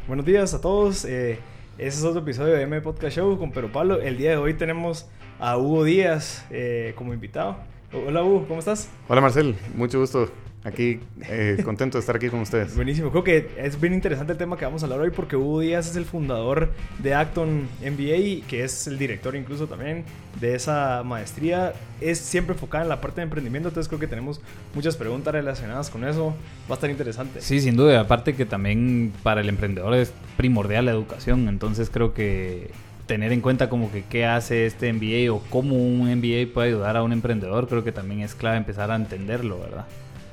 Buenos días a todos. Este es otro episodio de M Podcast Show con Pero Pablo. El día de hoy tenemos a Hugo Díaz como invitado. Hola Hugo, ¿cómo estás? Hola Marcel, mucho gusto. Aquí, contento de estar aquí con ustedes. Buenísimo, creo que es bien interesante el tema que vamos a hablar hoy porque Hugo Díaz es el fundador de Acton MBA, que es el director incluso también de esa maestría. Es siempre enfocada en la parte de emprendimiento, entonces creo que tenemos muchas preguntas relacionadas con eso. Va a estar interesante. Sí, sin duda, aparte que también para el emprendedor es primordial la educación, entonces creo que tener en cuenta como que qué hace este MBA o cómo un MBA puede ayudar a un emprendedor, creo que también es clave empezar a entenderlo, ¿verdad?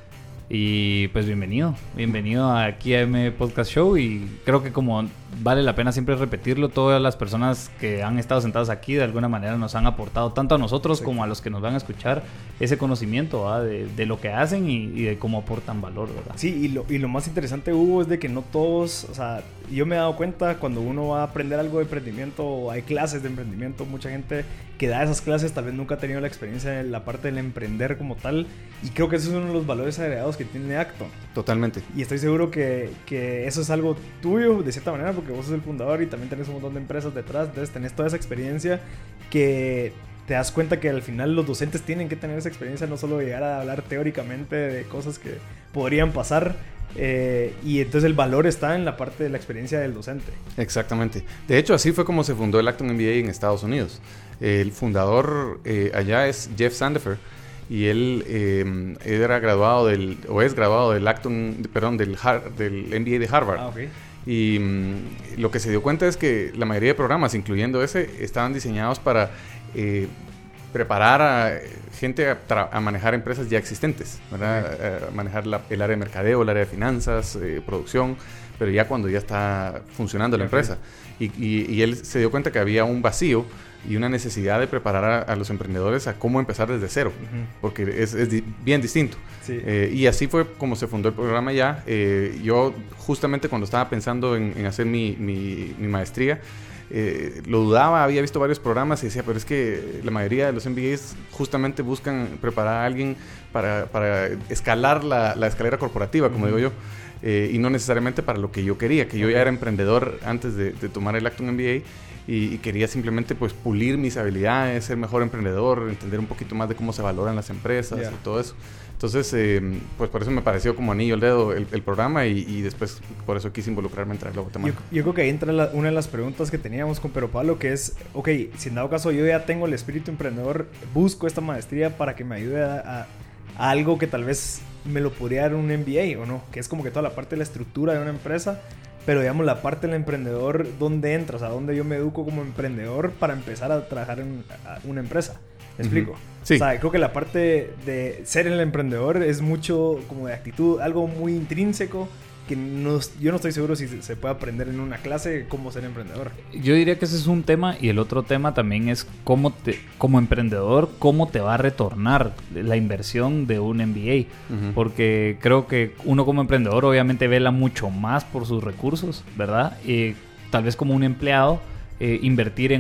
Y pues bienvenido aquí a M Podcast Show, y creo que como vale la pena siempre repetirlo, todas las personas que han estado sentadas aquí de alguna manera nos han aportado tanto a nosotros como a los que nos van a escuchar ese conocimiento, ¿verdad? De lo que hacen y de cómo aportan valor, ¿verdad? Sí, y lo más interesante, Hugo, es de que no todos, o sea, yo me he dado cuenta cuando uno va a aprender algo de emprendimiento o hay clases de emprendimiento, mucha gente que da esas clases tal vez nunca ha tenido la experiencia en la parte del emprender como tal, y creo que eso es uno de los valores agregados que tiene Acton. Totalmente. Y estoy seguro que eso es algo tuyo de cierta manera, porque vos sos el fundador y también tenés un montón de empresas detrás, entonces tenés toda esa experiencia que te das cuenta que al final los docentes tienen que tener esa experiencia, no solo llegar a hablar teóricamente de cosas que podrían pasar, y entonces el valor está en la parte de la experiencia del docente. Exactamente. De hecho, así fue como se fundó el Acton MBA en Estados Unidos. El fundador allá es Jeff Sandifer, y él era graduado es graduado del del MBA de Harvard. Ah, okay. Y lo que se dio cuenta es que la mayoría de programas, incluyendo ese, estaban diseñados para preparar a gente a manejar empresas ya existentes, ¿verdad? Okay. A manejar el área de mercadeo, el área de finanzas, producción, pero ya cuando ya está funcionando la empresa. Y él se dio cuenta que había un vacío y una necesidad de preparar a los emprendedores a cómo empezar desde cero, porque es bien distinto. Sí. Y así fue como se fundó el programa ya. Yo justamente cuando estaba pensando en hacer mi maestría, lo dudaba, había visto varios programas y decía, pero es que la mayoría de los MBAs justamente buscan preparar a alguien para escalar la escalera corporativa, como digo yo. Y no necesariamente para lo que yo quería, que yo ya era emprendedor antes de tomar el Acton MBA, y quería simplemente pues pulir mis habilidades, ser mejor emprendedor, entender un poquito más de cómo se valoran las empresas y todo eso. Entonces, pues por eso me pareció como anillo al dedo el programa, y después por eso quise involucrarme en traerlo a Guatemala. Yo creo que ahí entra una de las preguntas que teníamos con Pero Pablo, que es, ok, si en dado caso yo ya tengo el espíritu emprendedor, busco esta maestría para que me ayude a algo que tal vez me lo podría dar un MBA o no, que es como que toda la parte de la estructura de una empresa, pero digamos la parte del emprendedor, ¿dónde entra? O sea, ¿dónde yo me educo como emprendedor para empezar a trabajar en una empresa? ¿Me explico? Sí. O sea, creo que la parte de ser el emprendedor es mucho como de actitud, algo muy intrínseco que yo no estoy seguro si se puede aprender en una clase cómo ser emprendedor. Yo diría que ese es un tema, y el otro tema también es como emprendedor, cómo te va a retornar la inversión de un MBA. Porque creo que uno como emprendedor obviamente vela mucho más por sus recursos, ¿verdad? Y tal vez como un empleado, invertir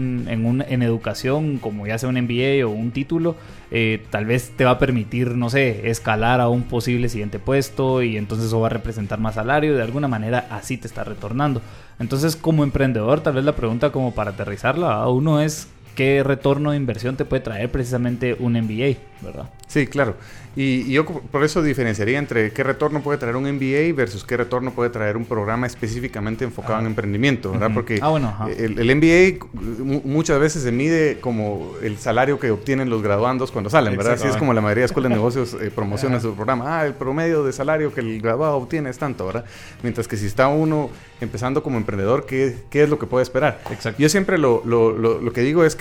en educación, como ya sea un MBA o un título, tal vez te va a permitir, no sé, escalar a un posible siguiente puesto, y entonces eso va a representar más salario, de alguna manera así te está retornando. Entonces, como emprendedor, tal vez la pregunta como para aterrizarla a uno es ¿qué retorno de inversión te puede traer precisamente un MBA, verdad? Sí, claro. Y yo por eso diferenciaría entre qué retorno puede traer un MBA versus qué retorno puede traer un programa específicamente enfocado en emprendimiento, ¿verdad? Porque el MBA muchas veces se mide como el salario que obtienen los graduandos cuando salen, ¿verdad? Así es como la mayoría de escuelas de negocios promociona su programa. El promedio de salario que el graduado obtiene es tanto, ¿verdad? Mientras que si está uno empezando como emprendedor, ¿qué es lo que puede esperar? Exacto. Yo siempre lo que digo es que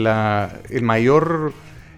el mayor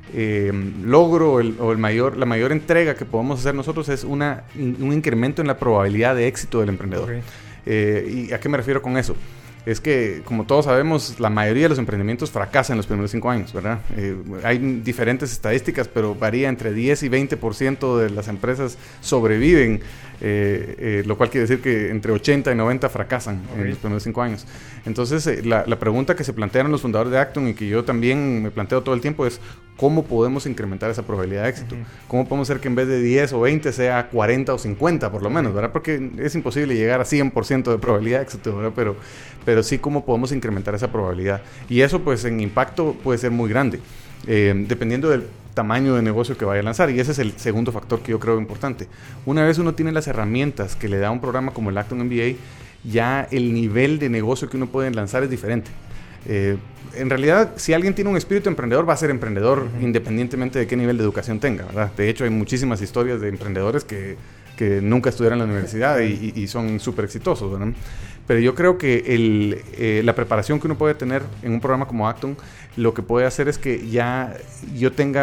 logro la mayor entrega que podemos hacer nosotros es un incremento en la probabilidad de éxito del emprendedor. Okay. ¿Y a qué me refiero con eso? Es que, como todos sabemos, la mayoría de los emprendimientos fracasan en los primeros 5 años, ¿verdad? Hay diferentes estadísticas, pero varía entre 10 y 20% de las empresas sobreviven, lo cual quiere decir que entre 80 y 90 fracasan en los primeros 5 años. Entonces, la pregunta que se plantearon los fundadores de Acton y que yo también me planteo todo el tiempo es ¿cómo podemos incrementar esa probabilidad de éxito? ¿Cómo podemos hacer que en vez de 10 o 20 sea 40 o 50 por lo menos, ¿verdad? Porque es imposible llegar a 100% de probabilidad de éxito, ¿verdad? Pero sí, ¿cómo podemos incrementar esa probabilidad? Y eso, pues, en impacto puede ser muy grande, dependiendo del tamaño de negocio que vaya a lanzar. Y ese es el segundo factor que yo creo importante. Una vez uno tiene las herramientas que le da un programa como el Acton MBA, ya el nivel de negocio que uno puede lanzar es diferente. En realidad, si alguien tiene un espíritu emprendedor, va a ser emprendedor independientemente de qué nivel de educación tenga, ¿verdad? De hecho, hay muchísimas historias de emprendedores que nunca estudiaron en la universidad y son súper exitosos, ¿verdad? Pero yo creo que la preparación que uno puede tener en un programa como Acton, lo que puede hacer es que ya yo tenga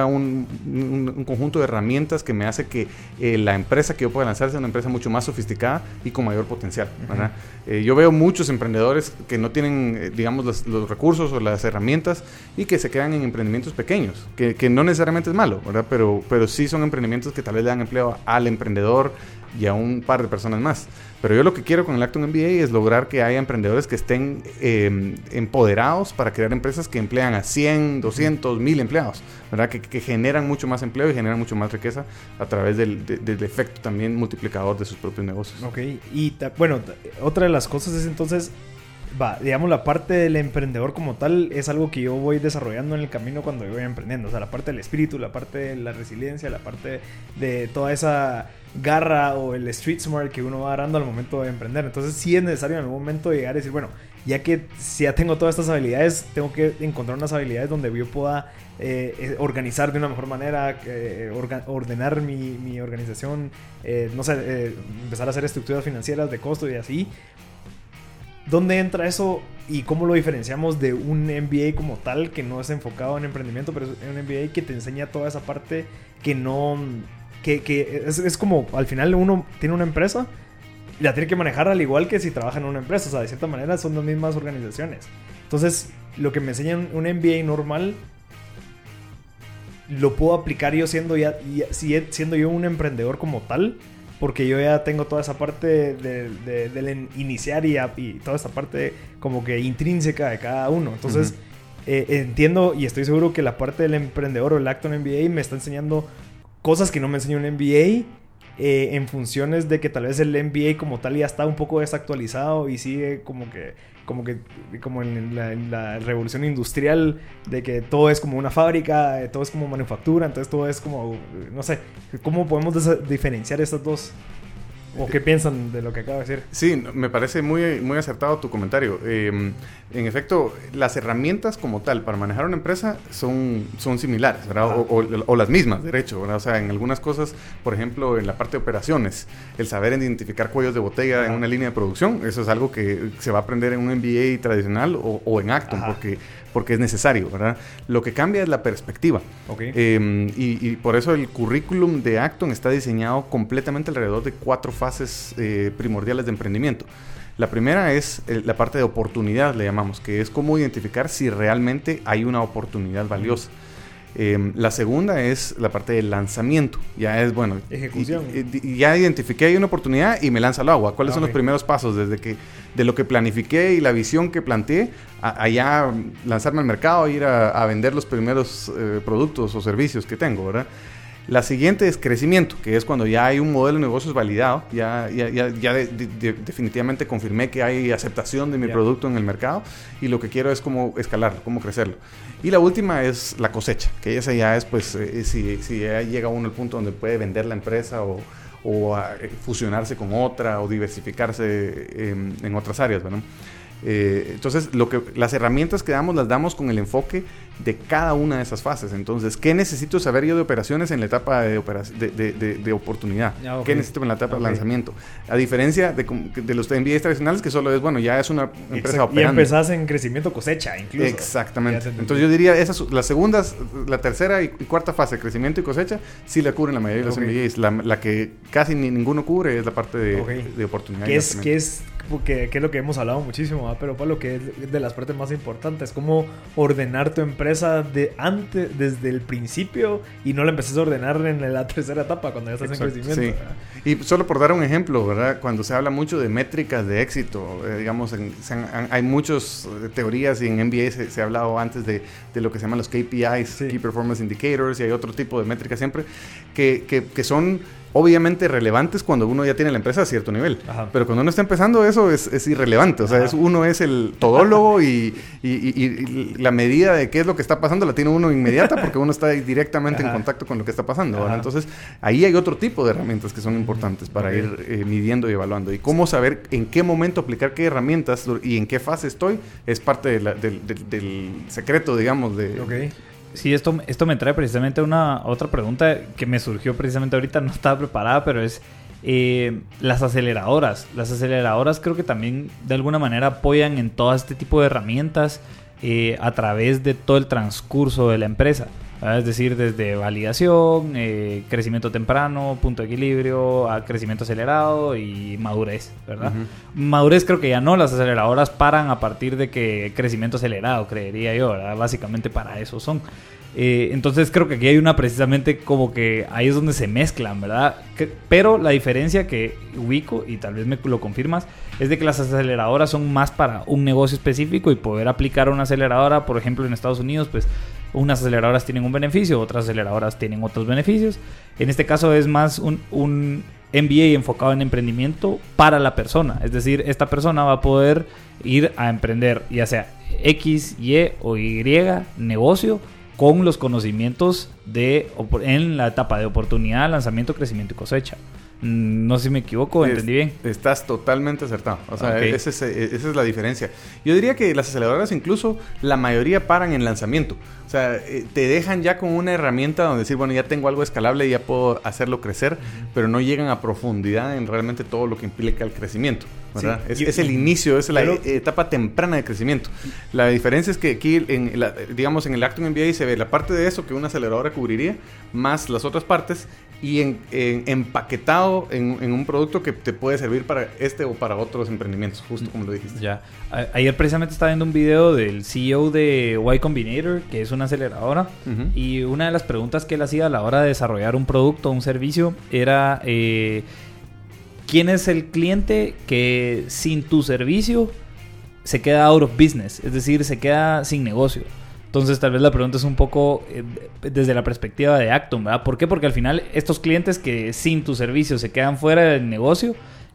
un conjunto de herramientas que me hace que la empresa que yo pueda lanzar sea una empresa mucho más sofisticada y con mayor potencial, ¿verdad? Yo veo muchos emprendedores que no tienen, digamos, los recursos o las herramientas y que se quedan en emprendimientos pequeños, que no necesariamente es malo, ¿verdad? Pero sí son emprendimientos que tal vez le dan empleo al emprendedor y a un par de personas más. Pero yo lo que quiero con el Acton MBA es lograr que haya emprendedores que estén empoderados para crear empresas que emplean a 100, 200, 1000 empleados, ¿verdad? Que generan mucho más empleo y generan mucho más riqueza a través del efecto también multiplicador de sus propios negocios. Ok, y bueno, otra de las cosas es entonces, digamos, la parte del emprendedor como tal es algo que yo voy desarrollando en el camino cuando yo voy emprendiendo. O sea, la parte del espíritu, la parte de la resiliencia, la parte de toda esa garra o el street smart que uno va agarrando al momento de emprender. Entonces sí es necesario en algún momento llegar y decir, bueno, ya que si ya tengo todas estas habilidades, tengo que encontrar unas habilidades donde yo pueda organizar de una mejor manera, ordenar mi organización, no sé, empezar a hacer estructuras financieras de costo y así. ¿Dónde entra eso y cómo lo diferenciamos de un MBA como tal, que no es enfocado en emprendimiento, pero es un MBA que te enseña toda esa parte que no... que es como, al final uno tiene una empresa y la tiene que manejar al igual que si trabaja en una empresa. O sea, de cierta manera son las mismas organizaciones. Entonces, lo que me enseñan un MBA normal, lo puedo aplicar yo siendo yo un emprendedor como tal, porque yo ya tengo toda esa parte del iniciar y toda esa parte como que intrínseca de cada uno. Entonces, entiendo y estoy seguro que la parte del emprendedor o el Acton MBA me está enseñando cosas que no me enseñó un MBA, en funciones de que tal vez el MBA como tal ya está un poco desactualizado y sigue como en la revolución industrial, de que todo es como una fábrica, todo es como manufactura, entonces todo es como, no sé, ¿cómo podemos diferenciar estas dos? ¿O qué piensan de lo que acabo de decir? Sí, me parece muy, muy acertado tu comentario. En efecto, las herramientas como tal para manejar una empresa son similares, ¿verdad? O las mismas, de hecho, ¿verdad? O sea, en algunas cosas, por ejemplo, en la parte de operaciones, el saber identificar cuellos de botella en una línea de producción, eso es algo que se va a aprender en un MBA tradicional o en Acton, porque es necesario, ¿verdad? Lo que cambia es la perspectiva. Okay. Y por eso el currículum de Acton está diseñado completamente alrededor de 4 fases primordiales de emprendimiento. La primera es la parte de oportunidad, le llamamos, que es cómo identificar si realmente hay una oportunidad valiosa. La segunda es la parte del lanzamiento. Ya es, bueno, ejecución. Ya identifiqué hay una oportunidad y me lanzo al agua. ¿Cuáles son los primeros pasos? De lo que planifiqué y la visión que planteé, allá lanzarme al mercado, ir a vender los primeros productos o servicios que tengo, ¿verdad? La siguiente es crecimiento, que es cuando ya hay un modelo de negocios validado, ya definitivamente confirmé que hay aceptación de mi producto en el mercado y lo que quiero es cómo escalarlo, cómo crecerlo. Y la última es la cosecha, que esa ya es, pues, si ya llega uno al punto donde puede vender la empresa o fusionarse con otra o diversificarse en otras áreas, ¿verdad? Entonces, las herramientas que damos las damos con el enfoque de cada una de esas fases. Entonces, ¿qué necesito saber yo de operaciones en la etapa de oportunidad? ¿Qué necesito en la etapa de lanzamiento? A diferencia de los MBAs tradicionales, que solo es, bueno, ya es una empresa operando. Y empezás en crecimiento cosecha, incluso. Exactamente. Entonces, yo diría, las segundas, la tercera y cuarta fase, crecimiento y cosecha, sí la cubren la mayoría de los MBAs. La que casi ninguno cubre es la parte de oportunidad. Que es que es lo que hemos hablado muchísimo, ¿verdad? Pero para lo que es de las partes más importantes, cómo ordenar tu empresa desde el principio y no la empeces a ordenar en la tercera etapa cuando ya estás en crecimiento. Sí. Y solo por dar un ejemplo, ¿verdad? Cuando se habla mucho de métricas de éxito, digamos, hay muchas teorías y en MBA se ha hablado antes de lo que se llaman los KPIs, Key Performance Indicators, y hay otro tipo de métricas siempre que son obviamente relevantes cuando uno ya tiene la empresa a cierto nivel. Ajá. Pero cuando uno está empezando, eso es irrelevante. O sea, uno es el todólogo y la medida de qué es lo que está pasando la tiene uno inmediata porque uno está directamente en contacto con lo que está pasando. Entonces, ahí hay otro tipo de herramientas que son importantes para ir midiendo y evaluando. Y cómo saber en qué momento aplicar qué herramientas y en qué fase estoy es parte del secreto, digamos, de... Sí, esto me trae precisamente otra pregunta que me surgió precisamente ahorita, no estaba preparada, pero es las aceleradoras. Las aceleradoras creo que también de alguna manera apoyan en todo este tipo de herramientas a través de todo el transcurso de la empresa. Es decir, desde validación, crecimiento temprano, punto de equilibrio, a crecimiento acelerado y madurez, ¿verdad? Madurez creo que ya no, las aceleradoras paran a partir de que crecimiento acelerado, creería yo, ¿verdad? Básicamente para eso son. Entonces creo que aquí hay una precisamente como que ahí es donde se mezclan, ¿verdad? Pero la diferencia que ubico, y tal vez me lo confirmas, es de que las aceleradoras son más para un negocio específico y poder aplicar una aceleradora, por ejemplo en Estados Unidos, pues unas aceleradoras tienen un beneficio, otras aceleradoras tienen otros beneficios. En este caso es más un MBA enfocado en emprendimiento para la persona. Es decir, esta persona va a poder ir a emprender ya sea X, Y o Y negocio con los conocimientos en la etapa de oportunidad, lanzamiento, crecimiento y cosecha. No sé si me equivoco, ¿entendí bien? Estás totalmente acertado. O sea, esa es la diferencia. Yo diría que las aceleradoras incluso la mayoría paran en lanzamiento. O sea, te dejan ya con una herramienta donde decir, bueno, ya tengo algo escalable y ya puedo hacerlo crecer, pero no llegan a profundidad en realmente todo lo que implica el crecimiento, ¿verdad? Sí, es el inicio, es la etapa temprana de crecimiento. La diferencia es que aquí, digamos, en el Acton MBA se ve la parte de eso que una aceleradora cubriría, más las otras partes, y empaquetado en un producto que te puede servir para este o para otros emprendimientos, justo como lo dijiste. Ya. Ayer precisamente estaba viendo un video del CEO de Y Combinator, que es una aceleradora, y una de las preguntas que él hacía a la hora de desarrollar un producto o un servicio era ¿quién es el cliente que sin tu servicio se queda out of business? Es decir, se queda sin negocio. Entonces tal vez la pregunta es un poco desde la perspectiva de Acton, ¿verdad? ¿Por qué? Porque al final estos clientes que sin tu servicio se quedan fuera del negocio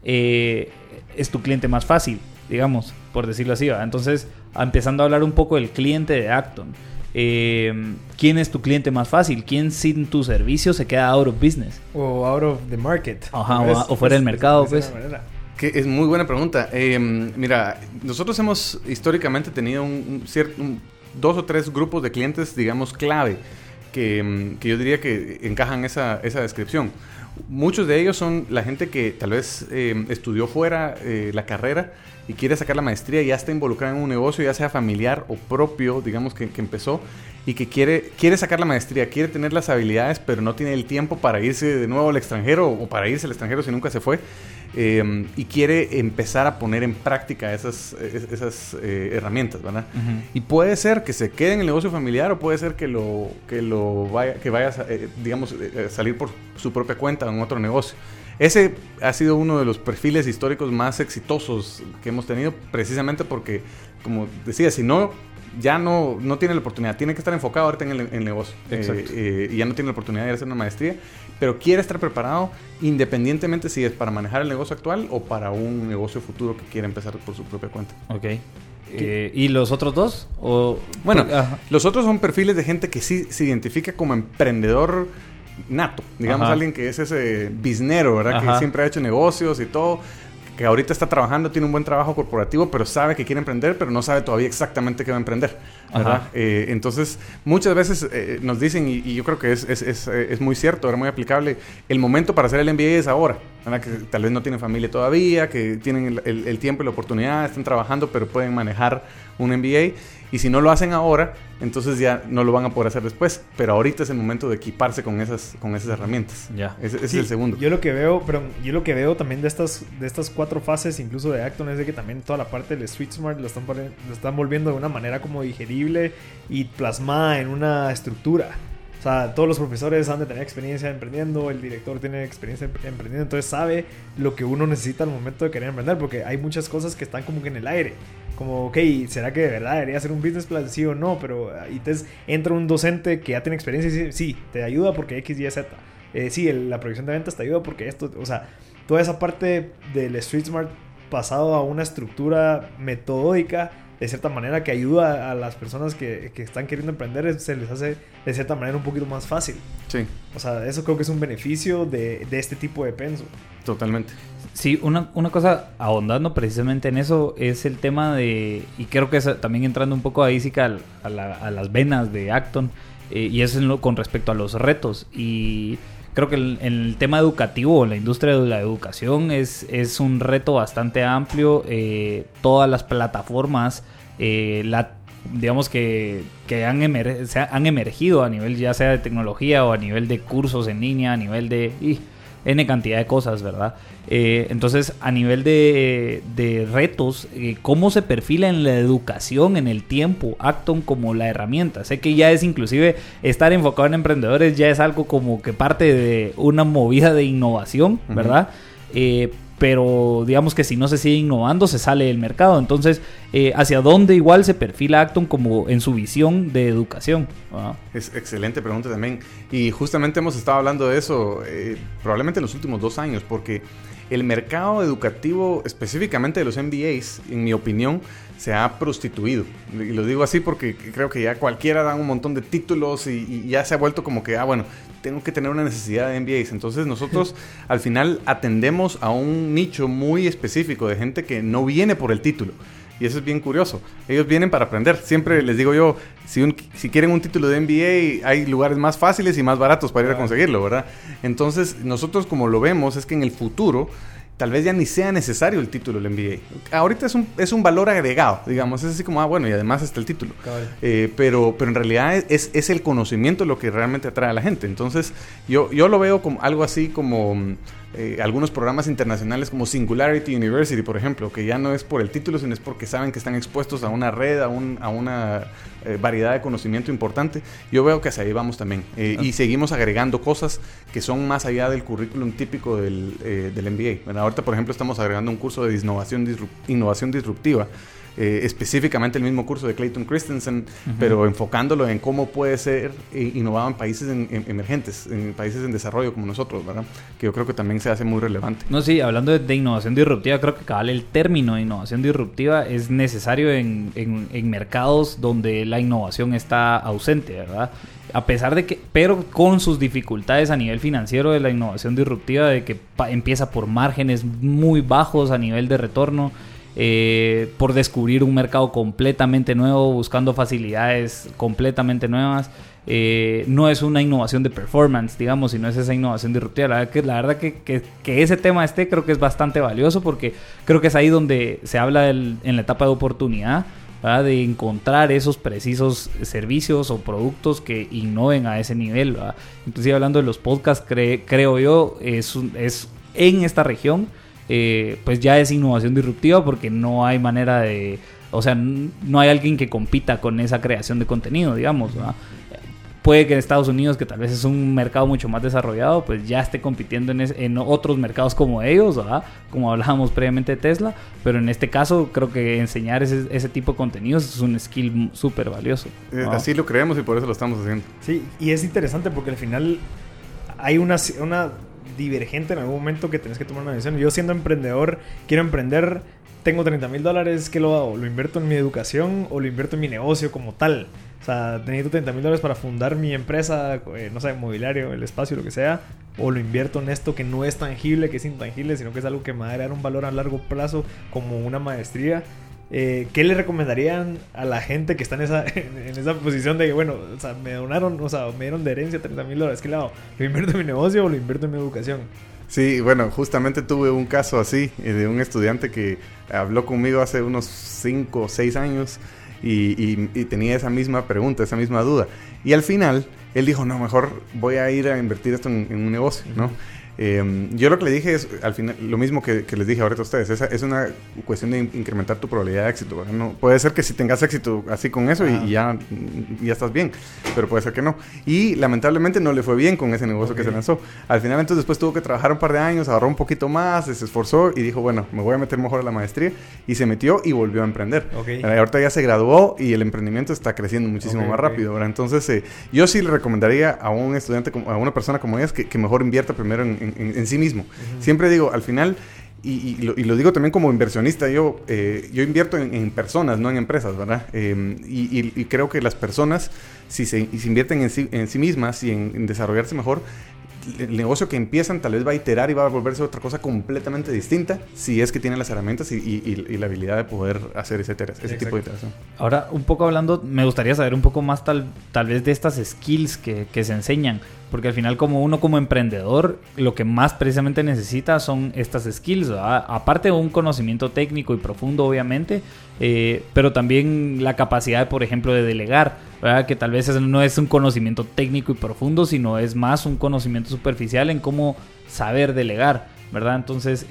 es tu cliente más fácil, digamos, por decirlo así, ¿verdad? Entonces, empezando a hablar un poco del cliente de Acton, ¿quién es tu cliente más fácil? ¿Quién sin tu servicio se queda out of business? O out of the market. Ajá, o fuera del mercado, pues. Que es muy buena pregunta. Mira, nosotros hemos históricamente tenido dos o tres grupos de clientes, digamos, clave, que yo diría que encajan esa descripción. Muchos de ellos son la gente que tal vez estudió fuera la carrera y quiere sacar la maestría y ya está involucrada en un negocio, ya sea familiar o propio, digamos, que empezó, y que quiere sacar la maestría, quiere tener las habilidades, pero no tiene el tiempo para irse de nuevo al extranjero o para irse al extranjero si nunca se fue. Y quiere empezar a poner en práctica esas herramientas, ¿verdad? Y puede ser que se quede en el negocio familiar o puede ser que vaya digamos, salir por su propia cuenta en otro negocio. Ese ha sido uno de los perfiles históricos más exitosos que hemos tenido, precisamente porque, como decía, si no, ya no tiene la oportunidad, tiene que estar enfocado ahorita en el negocio. Y ya no tiene la oportunidad de hacer una maestría, pero quiere estar preparado independientemente si es para manejar el negocio actual o para un negocio futuro que quiere empezar por su propia cuenta. Ok. ¿Y los otros dos? Bueno, los otros son perfiles de gente que sí se identifica como emprendedor nato, digamos. Ajá. Alguien que es ese biznero, ¿verdad? Ajá. Que siempre ha hecho negocios y todo, que ahorita está trabajando, tiene un buen trabajo corporativo, pero sabe que quiere emprender, pero no sabe todavía exactamente qué va a emprender, ¿verdad? Entonces, muchas veces nos dicen, y yo creo que es muy cierto, era muy aplicable, el momento para hacer el MBA es ahora. ¿verdad? Que tal vez no tienen familia todavía, que tienen el tiempo y la oportunidad, están trabajando, pero pueden manejar un MBA. Y si no lo hacen ahora, entonces ya no lo van a poder hacer después. Pero ahorita es el momento de equiparse con esas herramientas. Ya. Ese es el segundo. Yo lo que veo también de estas 4 fases, incluso de Acton, es de que también toda la parte del Street Smart lo están volviendo de una manera como digerible y plasmada en una estructura. O sea, todos los profesores han de tener experiencia emprendiendo, el director tiene experiencia emprendiendo, entonces sabe lo que uno necesita al momento de querer emprender, porque hay muchas cosas que están como que en el aire. Como, ok, ¿será que de verdad debería hacer un business plan? Sí o no, pero entonces entra un docente que ya tiene experiencia y dice, sí, te ayuda porque X, Y, Z. Sí, la proyección de ventas te ayuda porque esto, o sea, toda esa parte del Street Smart pasado a una estructura metódica, de cierta manera, que ayuda a las personas que están queriendo emprender, se les hace de cierta manera un poquito más fácil. Sí. O sea, eso creo que es un beneficio de este tipo de penso. Totalmente. Sí, una cosa, ahondando precisamente en eso, es el tema de, y creo que es también entrando un poco ahí sí que a las venas de Acton, y eso es con respecto a los retos. Y creo que el tema educativo, la industria de la educación es un reto bastante amplio. Todas las plataformas, digamos que han emergido a nivel ya sea de tecnología o a nivel de cursos en línea, a nivel de N cantidad de cosas, ¿verdad? Entonces, a nivel de retos, ¿cómo se perfila en la educación, en el tiempo, Acton como la herramienta? Sé que ya es inclusive estar enfocado en emprendedores, ya es algo como que parte de una movida de innovación, ¿verdad? Pero digamos que si no se sigue innovando, se sale del mercado. Entonces, ¿hacia dónde igual se perfila Acton como en su visión de educación? Es excelente pregunta también. Y justamente hemos estado hablando de eso probablemente en los últimos 2 años, porque el mercado educativo, específicamente de los MBAs, en mi opinión, se ha prostituido. Y lo digo así porque creo que ya cualquiera da un montón de títulos y ya se ha vuelto como que, bueno, tengo que tener una necesidad de MBAs. Entonces nosotros al final atendemos a un nicho muy específico de gente que no viene por el título. Y eso es bien curioso. Ellos vienen para aprender. Siempre les digo yo, si quieren un título de MBA, hay lugares más fáciles y más baratos para ir a conseguirlo, ¿verdad? Entonces nosotros como lo vemos es que en el futuro tal vez ya ni sea necesario el título del MBA. Ahorita es un valor agregado, digamos. Es así como, bueno, y además está el título. Pero en realidad es el conocimiento lo que realmente atrae a la gente. Entonces, yo lo veo como algo así como algunos programas internacionales como Singularity University, por ejemplo, que ya no es por el título, sino es porque saben que están expuestos a una red, a una variedad de conocimiento importante. Yo veo que hacia ahí vamos también. Y seguimos agregando cosas que son más allá del currículum típico del MBA. Bueno, ahorita, por ejemplo, estamos agregando un curso de innovación disruptiva. Específicamente el mismo curso de Clayton Christensen, pero enfocándolo en cómo puede ser innovado en países emergentes, en países en desarrollo como nosotros, ¿verdad? Que yo creo que también se hace muy relevante. No, sí, hablando de innovación disruptiva, creo que cabal el término de innovación disruptiva es necesario en mercados donde la innovación está ausente, ¿verdad? A pesar de que, pero con sus dificultades a nivel financiero de la innovación disruptiva, de que empieza por márgenes muy bajos a nivel de retorno, por descubrir un mercado completamente nuevo, buscando facilidades completamente nuevas. No es una innovación de performance, digamos, sino es esa innovación disruptiva. La verdad que ese tema creo que es bastante valioso, porque creo que es ahí donde se habla en la etapa de oportunidad, ¿verdad? De encontrar esos precisos servicios o productos que innoven a ese nivel, ¿verdad? Inclusive hablando de los podcasts, creo yo, es en esta región, pues ya es innovación disruptiva, porque no hay manera de, o sea, no hay alguien que compita con esa creación de contenido, digamos, ¿verdad? Puede que en Estados Unidos, que tal vez es un mercado mucho más desarrollado, pues ya esté compitiendo en otros mercados como ellos, ¿verdad? Como hablábamos previamente de Tesla, pero en este caso creo que enseñar ese tipo de contenidos es un skill súper valioso. Así lo creemos y por eso lo estamos haciendo. Sí, y es interesante porque al final hay una divergente en algún momento que tenés que tomar una decisión. Yo, siendo emprendedor, quiero emprender, tengo $30,000, ¿qué lo hago? ¿Lo invierto en mi educación o lo invierto en mi negocio como tal? O sea, necesito $30,000 para fundar mi empresa, no sé, mobiliario, el espacio, lo que sea, o lo invierto en esto que no es tangible, que es intangible, sino que es algo que me va a dar un valor a largo plazo, como una maestría. ¿Qué le recomendarían a la gente que está en esa posición de que, bueno, o sea, me donaron, o sea, me dieron de herencia $30,000, ¿qué le hago? ¿Lo invierto en mi negocio o lo invierto en mi educación? Sí, bueno, justamente tuve un caso así de un estudiante que habló conmigo hace unos 5 o 6 años y tenía esa misma pregunta, esa misma duda. Y al final, él dijo, no, mejor voy a ir a invertir esto en un negocio, ¿no? Yo lo que le dije es, al final, lo mismo que les dije ahorita a ustedes, es una cuestión de incrementar tu probabilidad de éxito, ¿verdad? No, puede ser que si tengas éxito así con eso y ya estás bien, pero puede ser que no. Y lamentablemente no le fue bien con ese negocio que se lanzó. Al final entonces después tuvo que trabajar un par de años, ahorró un poquito más, se esforzó y dijo, bueno, me voy a meter mejor a la maestría, y se metió y volvió a emprender. Ahorita ya se graduó y el emprendimiento está creciendo muchísimo más rápido, ¿verdad? Entonces yo sí le recomendaría a un estudiante, a una persona como ellas, que mejor invierta primero en sí mismo. Siempre digo, al final, y lo digo también como inversionista, yo invierto en personas, no en empresas, ¿verdad? Y creo que las personas, si se invierten en sí mismas y en desarrollarse mejor, el negocio que empiezan tal vez va a iterar y va a volverse otra cosa completamente distinta si es que tienen las herramientas y la habilidad de poder hacer ese tipo de iteración. Ahora, un poco hablando, me gustaría saber un poco más tal vez de estas skills que se enseñan, porque al final como emprendedor, lo que más precisamente necesita son estas skills, ¿verdad? Aparte de un conocimiento técnico y profundo, obviamente, pero también la capacidad, por ejemplo, de delegar, ¿verdad? Que tal vez no es un conocimiento técnico y profundo, sino es más un conocimiento superficial en cómo saber delegar, ¿verdad? Entonces,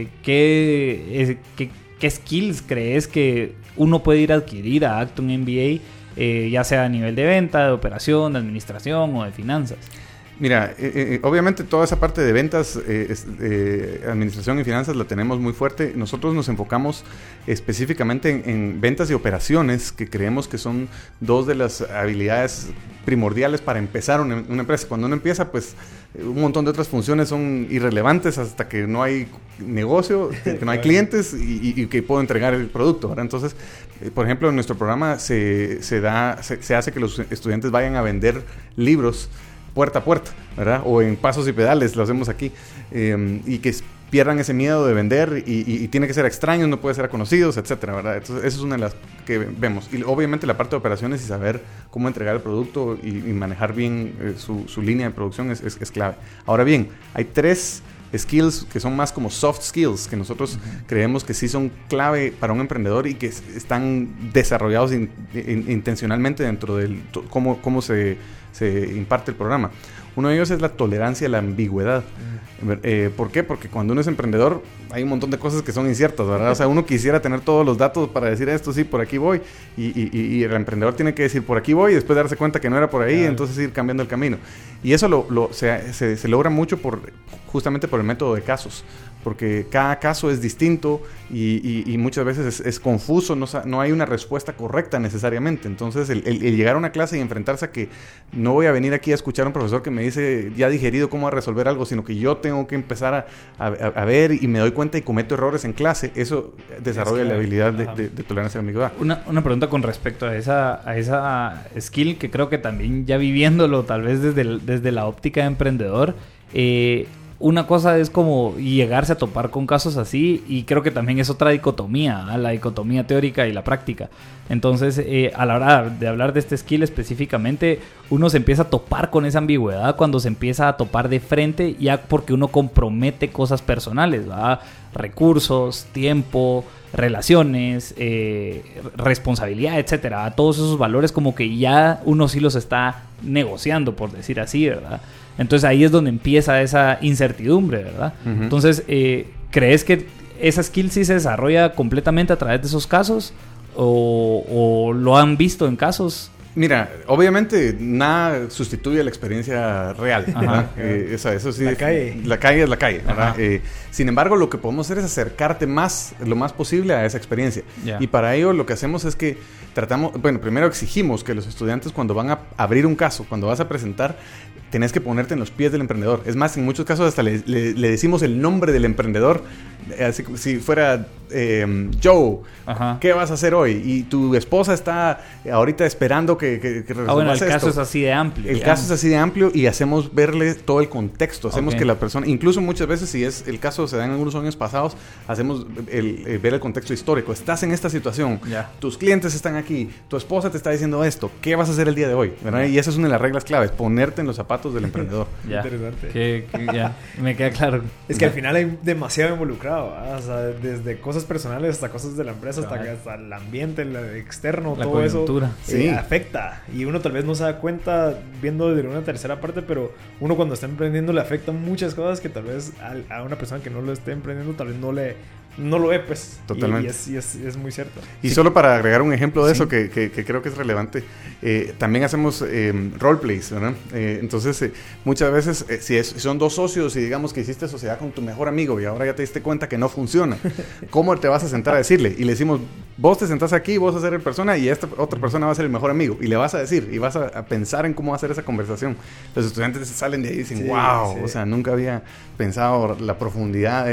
¿qué skills crees que uno puede ir a adquirir a Acton MBA, ya sea a nivel de venta, de operación, de administración o de finanzas? Mira, obviamente toda esa parte de ventas, administración y finanzas la tenemos muy fuerte. Nosotros nos enfocamos específicamente en ventas y operaciones, que creemos que son dos de las habilidades primordiales para empezar una empresa. Cuando uno empieza, pues un montón de otras funciones son irrelevantes hasta que no hay negocio, que no hay clientes y que puedo entregar el producto, ¿verdad? Entonces, por ejemplo, en nuestro programa se hace que los estudiantes vayan a vender libros puerta a puerta, ¿verdad? O en pasos y pedales, lo hacemos aquí. Y que pierdan ese miedo de vender y tiene que ser extraños, no puede ser a conocidos, etcétera, ¿verdad? Entonces, esa es una de las que vemos. Y obviamente la parte de operaciones y saber cómo entregar el producto y manejar bien su línea de producción es clave. Ahora bien, hay 3 skills que son más como soft skills, que nosotros creemos que sí son clave para un emprendedor y que están desarrollados intencionalmente dentro de cómo se imparte el programa. Uno de ellos es la tolerancia a la ambigüedad. ¿Por qué? Porque cuando uno es emprendedor hay un montón de cosas que son inciertas, ¿verdad? O sea, uno quisiera tener todos los datos para decir esto, sí, por aquí voy. Y el emprendedor tiene que decir por aquí voy y después darse cuenta que no era por ahí, entonces ir cambiando el camino. Y eso se logra mucho justamente por el método de casos. Porque cada caso es distinto y muchas veces es confuso, no hay una respuesta correcta necesariamente. Entonces, el llegar a una clase y enfrentarse a que no voy a venir aquí a escuchar a un profesor que me dice ya digerido cómo resolver algo, sino que yo tengo que empezar a ver y me doy cuenta y cometo errores en clase, eso desarrolla la habilidad de tolerancia a la ambigüedad. Una pregunta con respecto a esa skill, que creo que también ya viviéndolo tal vez desde la óptica de emprendedor, una cosa es como llegarse a topar con casos así, y creo que también es otra dicotomía, la dicotomía teórica y la práctica. Entonces, a la hora de hablar de este skill específicamente, uno se empieza a topar con esa ambigüedad cuando se empieza a topar de frente, ya porque uno compromete cosas personales, ¿verdad? Recursos, tiempo, relaciones, responsabilidad, etcétera. Todos esos valores como que ya uno sí los está negociando, por decir así, ¿verdad? Entonces ahí es donde empieza esa incertidumbre, ¿verdad? Uh-huh. Entonces, ¿crees que esa skill sí se desarrolla completamente a través de esos casos? ¿O lo han visto en casos? Mira, obviamente nada sustituye la experiencia real, ¿verdad? Eso sí, la calle es la calle, ¿verdad? Sin embargo, lo que podemos hacer es acercarte lo más posible a esa experiencia. Yeah. Y para ello lo que hacemos es que primero exigimos que los estudiantes, cuando van a abrir un caso, cuando vas a presentar, tenés que ponerte en los pies del emprendedor. Es más, en muchos casos hasta le decimos el nombre del emprendedor así como si fuera Joe, ¿qué vas a hacer hoy? Y tu esposa está ahorita esperando que bueno, el caso es así de amplio. El caso es así de amplio y hacemos verle todo el contexto. Hacemos que la persona, incluso muchas veces, si es el caso, se da en algunos años pasados, hacemos ver el contexto histórico. Estás en esta situación, tus clientes están aquí, tu esposa te está diciendo esto, ¿qué vas a hacer el día de hoy? ¿Verdad? Y esa es una de las reglas claves, ponerte en los zapatos del emprendedor. Interesante. Me queda claro. Es que al final hay demasiado involucrado, ¿verdad? O sea, desde cosas personales hasta cosas de la empresa, hasta el ambiente, el externo, todo eso afecta. Y uno tal vez no se da cuenta viendo desde una tercera parte, pero uno cuando está emprendiendo le afecta muchas cosas que tal vez a una persona que no lo esté emprendiendo tal vez no lo ve, pues. Totalmente. Y es muy cierto. Y solo para agregar un ejemplo de eso que creo que es relevante, también hacemos roleplays, ¿verdad? Entonces, muchas veces, si son dos socios y digamos que hiciste sociedad con tu mejor amigo y ahora ya te diste cuenta que no funciona, ¿cómo te vas a sentar a decirle? Y le decimos, vos te sentás aquí, vos vas a ser el persona y esta otra persona va a ser el mejor amigo. Y le vas a decir, y vas a pensar en cómo va a ser esa conversación. Los estudiantes salen de ahí y dicen, wow, o sea, nunca había pensado la profundidad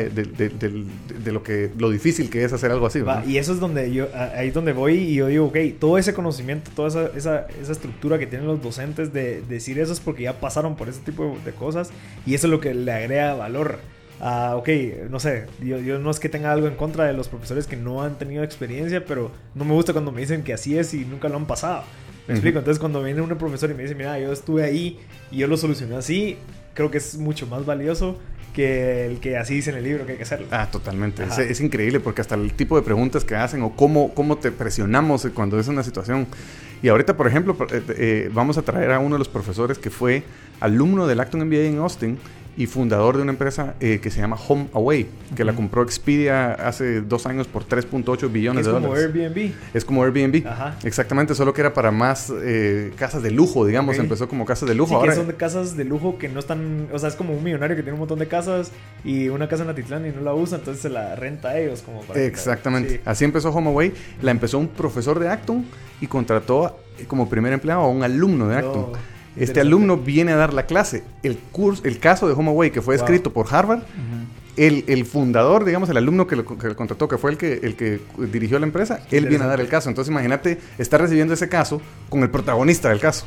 de lo difícil que es hacer algo así, ¿verdad? Y eso es donde ahí es donde voy y yo digo, ok, todo ese conocimiento, toda esa estructura que tienen los docentes de decir eso es porque ya pasaron por ese tipo de cosas y eso es lo que le agrega valor. Ok, no sé, yo no es que tenga algo en contra de los profesores que no han tenido experiencia, pero no me gusta cuando me dicen que así es y nunca lo han pasado. ¿Me explico? Entonces cuando viene un profesor y me dice, mira, yo estuve ahí y yo lo solucioné así, creo que es mucho más valioso que el que así dice en el libro que hay que hacerlo. Totalmente. Es increíble porque hasta el tipo de preguntas que hacen o cómo te presionamos cuando es una situación. Y ahorita, por ejemplo, vamos a traer a uno de los profesores que fue alumno del Acton MBA en Austin y fundador de una empresa que se llama HomeAway, que la compró Expedia hace 2 años por $3.8 billones de dólares. Es como Airbnb. Es como Airbnb. Exactamente, solo que era para más casas de lujo, digamos. Empezó como casas de lujo. Sí, ahora que son de casas de lujo que no están... O sea, es como un millonario que tiene un montón de casas y una casa en Atitlán y no la usa, entonces se la renta a ellos como para... Exactamente. Así empezó HomeAway. La empezó un profesor de Acton y contrató como primer empleado a un alumno de Acton. Este alumno viene a dar la clase. El caso de HomeAway, que fue escrito por Harvard, el fundador, digamos, el alumno que lo contrató, que fue el que dirigió la empresa, él viene a dar el caso. Entonces, imagínate estar recibiendo ese caso con el protagonista del caso.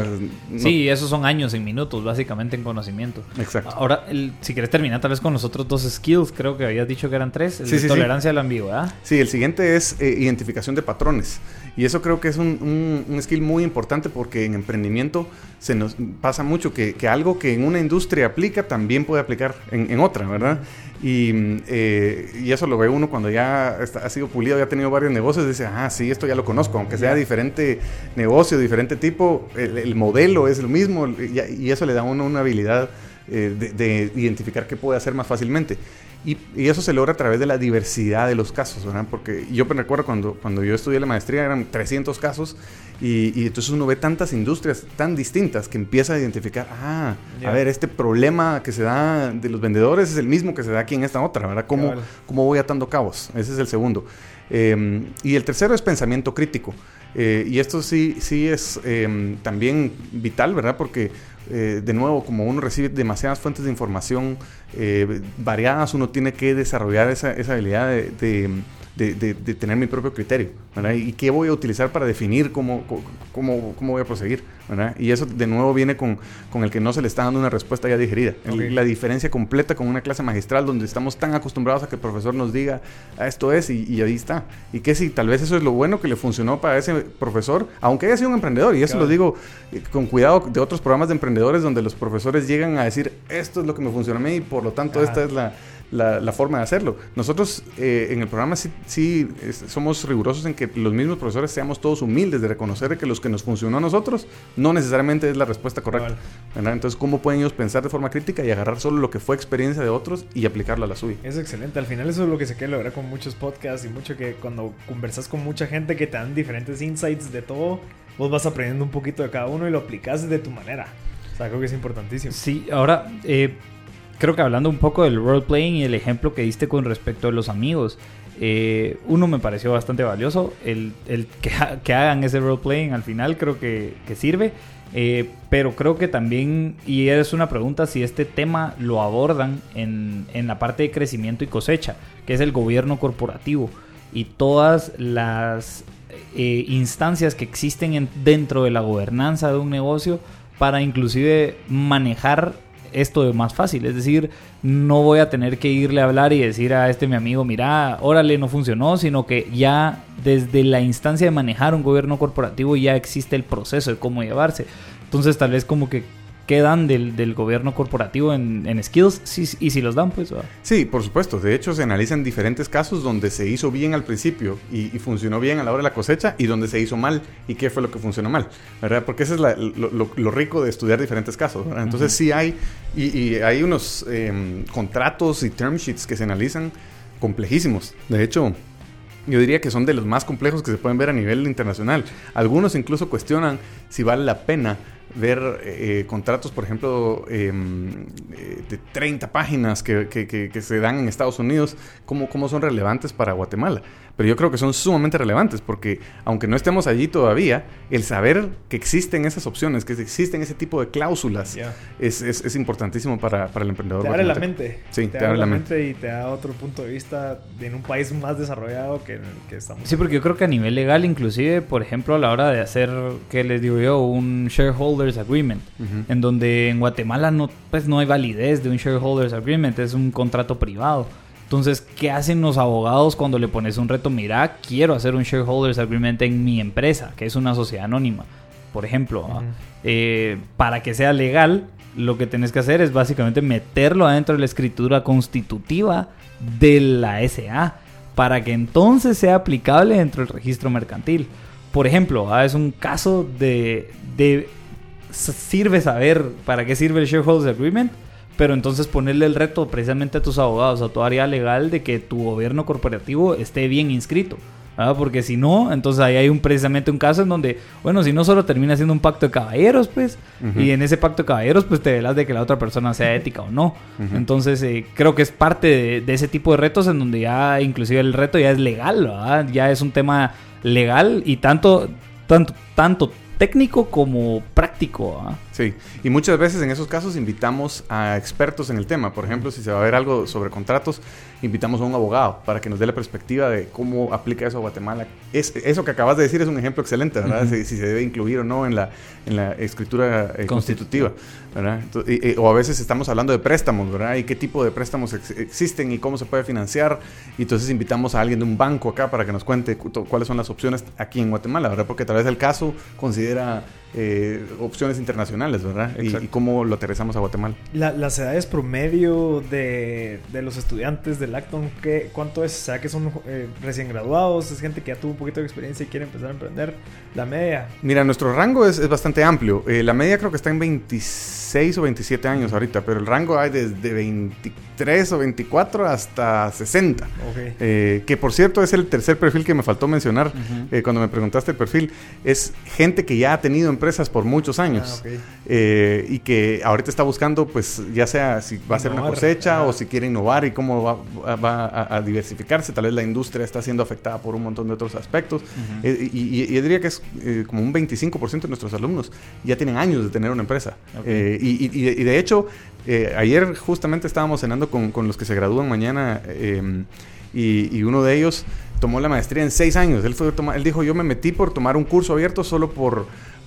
Sí, esos son años en minutos, básicamente, en conocimiento. Exacto. Ahora, si quieres terminar tal vez con los otros 2 skills, creo que habías dicho que eran 3. Tolerancia a la ambigüedad. Sí, el siguiente es identificación de patrones. Y eso creo que es un skill muy importante porque en emprendimiento se nos pasa mucho que algo que en una industria aplica también puede aplicar en otra, ¿verdad? Y eso lo ve uno cuando ya ha sido pulido, ya ha tenido varios negocios, dice, sí, esto ya lo conozco, aunque sea diferente negocio, diferente tipo, el modelo es lo mismo y eso le da a uno una habilidad de identificar qué puede hacer más fácilmente. Y eso se logra a través de la diversidad de los casos, ¿verdad? Porque yo me recuerdo cuando yo estudié la maestría eran 300 casos y entonces uno ve tantas industrias tan distintas que empieza a identificar, a ver, este problema que se da de los vendedores es el mismo que se da aquí en esta otra, ¿verdad? ¿Cómo voy atando cabos? Ese es el segundo. Y el tercero es pensamiento crítico. Y esto sí es también vital, ¿verdad? Porque de nuevo, como uno recibe demasiadas fuentes de información variadas, uno tiene que desarrollar esa habilidad de tener mi propio criterio, ¿verdad? Y qué voy a utilizar para definir cómo voy a proseguir, ¿verdad? Y eso de nuevo viene con el que no se le está dando una respuesta ya digerida. La diferencia completa con una clase magistral donde estamos tan acostumbrados a que el profesor nos diga esto es y ahí está. Y que si tal vez eso es lo bueno que le funcionó para ese profesor, aunque haya sido un emprendedor, y eso lo digo con cuidado de otros programas de emprendedores donde los profesores llegan a decir esto es lo que me funciona a mí y por lo tanto esta es la forma de hacerlo. Nosotros en el programa sí somos rigurosos en que los mismos profesores seamos todos humildes de reconocer que los que nos funcionó a nosotros no necesariamente es la respuesta correcta, ¿verdad? Entonces, ¿cómo pueden ellos pensar de forma crítica y agarrar solo lo que fue experiencia de otros y aplicarlo a la suya? Es excelente. Al final eso es lo que se quiere lograr con muchos podcasts y mucho que cuando conversas con mucha gente que te dan diferentes insights de todo, vos vas aprendiendo un poquito de cada uno y lo aplicas de tu manera. O sea, creo que es importantísimo. Sí, ahora... creo que hablando un poco del role-playing y el ejemplo que diste con respecto a los amigos, uno me pareció bastante valioso, el que hagan ese role-playing al final creo que sirve. Pero creo que también, y es una pregunta si este tema lo abordan en la parte de crecimiento y cosecha, que es el gobierno corporativo y todas las instancias que existen dentro de la gobernanza de un negocio para inclusive manejar esto de más fácil. Es decir, no voy a tener que irle a hablar y decir a mi amigo, mira, órale, no funcionó, sino que ya desde la instancia de manejar un gobierno corporativo ya existe el proceso de cómo llevarse. Entonces tal vez como que quedan del gobierno corporativo en skills, sí, y si los dan, pues... Sí, por supuesto. De hecho, se analizan diferentes casos donde se hizo bien al principio y funcionó bien a la hora de la cosecha, y donde se hizo mal y qué fue lo que funcionó mal, ¿verdad? Porque eso es lo rico de estudiar diferentes casos, ¿verdad? Entonces sí hay, y hay unos contratos y term sheets que se analizan complejísimos. De hecho, yo diría que son de los más complejos que se pueden ver a nivel internacional. Algunos incluso cuestionan si vale la pena ver contratos, por ejemplo, de 30 páginas que se dan en Estados Unidos, cómo son relevantes para Guatemala. Pero yo creo que son sumamente relevantes porque, aunque no estemos allí todavía, el saber que existen esas opciones, que existen ese tipo de cláusulas, es importantísimo para el emprendedor. Te abre la mente. Sí, te abre la mente y te da otro punto de vista en un país más desarrollado que en el que estamos. Sí, porque yo creo que a nivel legal, inclusive, por ejemplo, a la hora de hacer, ¿qué les digo yo? Un shareholders agreement, en donde en Guatemala no hay validez de un shareholders agreement, es un contrato privado. Entonces, ¿qué hacen los abogados cuando le pones un reto? Mira, quiero hacer un shareholders agreement en mi empresa, que es una sociedad anónima, por ejemplo. Para que sea legal, lo que tenés que hacer es básicamente meterlo adentro de la escritura constitutiva de la SA, para que entonces sea aplicable dentro del registro mercantil. Por ejemplo, es un caso de sirve saber para qué sirve el shareholders agreement, pero entonces ponerle el reto precisamente a tus abogados, a tu área legal, de que tu gobierno corporativo esté bien inscrito, ¿verdad? Porque si no, entonces ahí hay precisamente un caso en donde, bueno, si no solo termina siendo un pacto de caballeros, pues, y en ese pacto de caballeros, pues te velas de que la otra persona sea ética o no. Entonces, creo que es parte de ese tipo de retos en donde ya, inclusive el reto ya es legal, ¿verdad? Ya es un tema legal y tanto técnico como práctico, ¿eh? Sí, y muchas veces en esos casos invitamos a expertos en el tema. Por ejemplo, si se va a ver algo sobre contratos, invitamos a un abogado para que nos dé la perspectiva de cómo aplica eso a Guatemala. Eso que acabas de decir es un ejemplo excelente, ¿verdad? Si se debe incluir o no en la escritura constitutiva, ¿verdad? O a veces estamos hablando de préstamos, ¿verdad? Y qué tipo de préstamos existen y cómo se puede financiar. Y entonces invitamos a alguien de un banco acá para que nos cuente cuáles son las opciones aquí en Guatemala, ¿verdad? Porque tal vez el caso considera opciones internacionales, ¿verdad? Y cómo lo aterrizamos a Guatemala. Las edades promedio de los estudiantes del Acton, ¿cuánto es? O sea, que son recién graduados, es gente que ya tuvo un poquito de experiencia y quiere empezar a emprender. La media. Mira, nuestro rango es bastante amplio. La media creo que está en 26 o 27 años ahorita, pero el rango hay desde 23 o 24 hasta 60. Okay. Que por cierto es el tercer perfil que me faltó mencionar cuando me preguntaste el perfil. Es gente que ya ha tenido empresas por muchos años y que ahorita está buscando, pues ya sea si va a ser una cosecha o si quiere innovar y cómo va a diversificarse. Tal vez la industria está siendo afectada por un montón de otros aspectos. Y yo diría que es como un 25% de nuestros alumnos ya tienen años de tener una empresa. Y de hecho, ayer justamente estábamos cenando con los que se gradúan mañana y uno de ellos tomó la maestría en 6 años. Él dijo, yo me metí por tomar un curso abierto solo por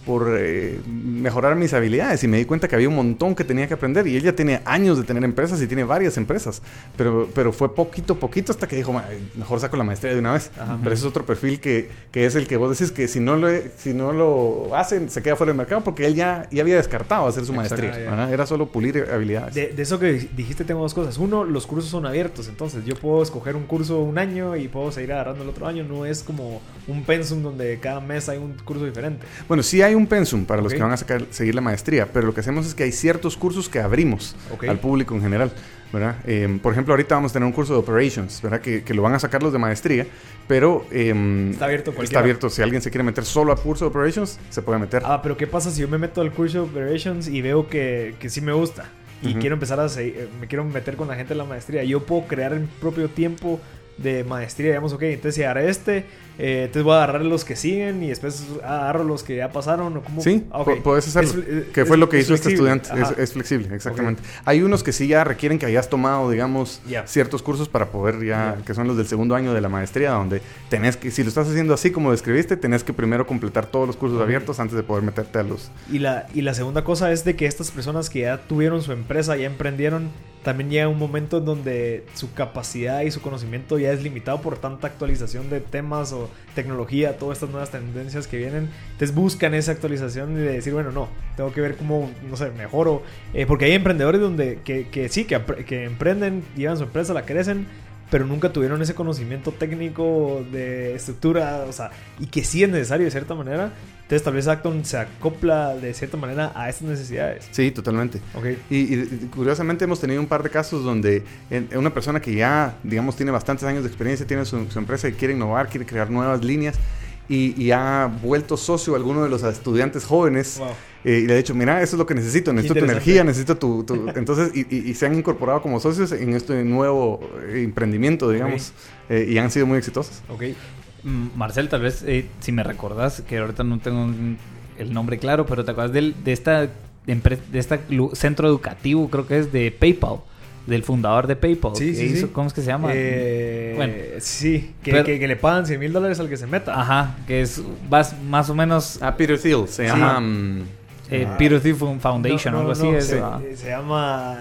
mejorar mis habilidades, y me di cuenta que había un montón que tenía que aprender, y él ya tiene años de tener empresas y tiene varias empresas, pero fue poquito hasta que dijo, mejor saco la maestría de una vez. Pero ese es otro perfil que es el que vos decís que si no lo hacen, se queda fuera del mercado, porque él ya había descartado hacer su maestría. Era solo pulir habilidades. De eso que dijiste tengo dos cosas. Uno, los cursos son abiertos, entonces yo puedo escoger un curso un año y puedo seguir agarrando el otro año. No es como un pensum donde cada mes hay un curso diferente. Bueno, sí hay un pensum para los que van a seguir la maestría, pero lo que hacemos es que hay ciertos cursos que abrimos al público en general, ¿verdad? Por ejemplo, ahorita vamos a tener un curso de operations, ¿verdad? Que lo van a sacar los de maestría, pero está abierto. Si alguien se quiere meter solo al curso de operations, se puede meter. Pero ¿qué pasa si yo me meto al curso de operations y veo que sí me gusta y quiero empezar me quiero meter con la gente de la maestría? Yo puedo crear en mi propio tiempo de maestría, digamos, ok, entonces si agarré entonces voy a agarrar los que siguen y después agarro los que ya pasaron, ¿o cómo? Sí, puedes hacerlo. Que fue lo que hizo este estudiante. Es flexible, exactamente. Okay. Hay unos que sí ya requieren que hayas tomado, digamos, ciertos cursos para poder que son los del segundo año de la maestría, donde tenés que, si lo estás haciendo así como describiste, tenés que primero completar todos los cursos abiertos antes de poder meterte a los... Y la segunda cosa es de que estas personas que ya tuvieron su empresa, ya emprendieron, también llega un momento en donde su capacidad y su conocimiento ya es limitado por tanta actualización de temas o tecnología, todas estas nuevas tendencias que vienen. Entonces buscan esa actualización y de decir, bueno, no, tengo que ver cómo, no sé, mejoro. Porque hay emprendedores que emprenden, llevan su empresa, la crecen, pero nunca tuvieron ese conocimiento técnico de estructura, o sea, y que sí es necesario de cierta manera. Entonces tal vez Acton se acopla de cierta manera a estas necesidades. Sí, totalmente. Okay. Y curiosamente hemos tenido un par de casos donde una persona que ya, digamos, tiene bastantes años de experiencia, tiene su empresa y quiere innovar, quiere crear nuevas líneas y ha vuelto socio a alguno de los estudiantes jóvenes. Wow. Y le ha dicho, mira, eso es lo que necesito tu energía, necesito tu... Entonces, y se han incorporado como socios en este nuevo emprendimiento, digamos, y han sido muy exitosos. Okay. Marcel, tal vez, si me recordás, que ahorita no tengo el nombre claro, pero te acuerdas de este centro educativo, creo que es de PayPal, del fundador de PayPal. Sí. ¿Cómo es que se llama? Bueno, sí, que le pagan $100,000 al que se meta. Ajá, que es más o menos... Peter Thiel, se llama... Peter Thiel Foundation o algo así. Se llama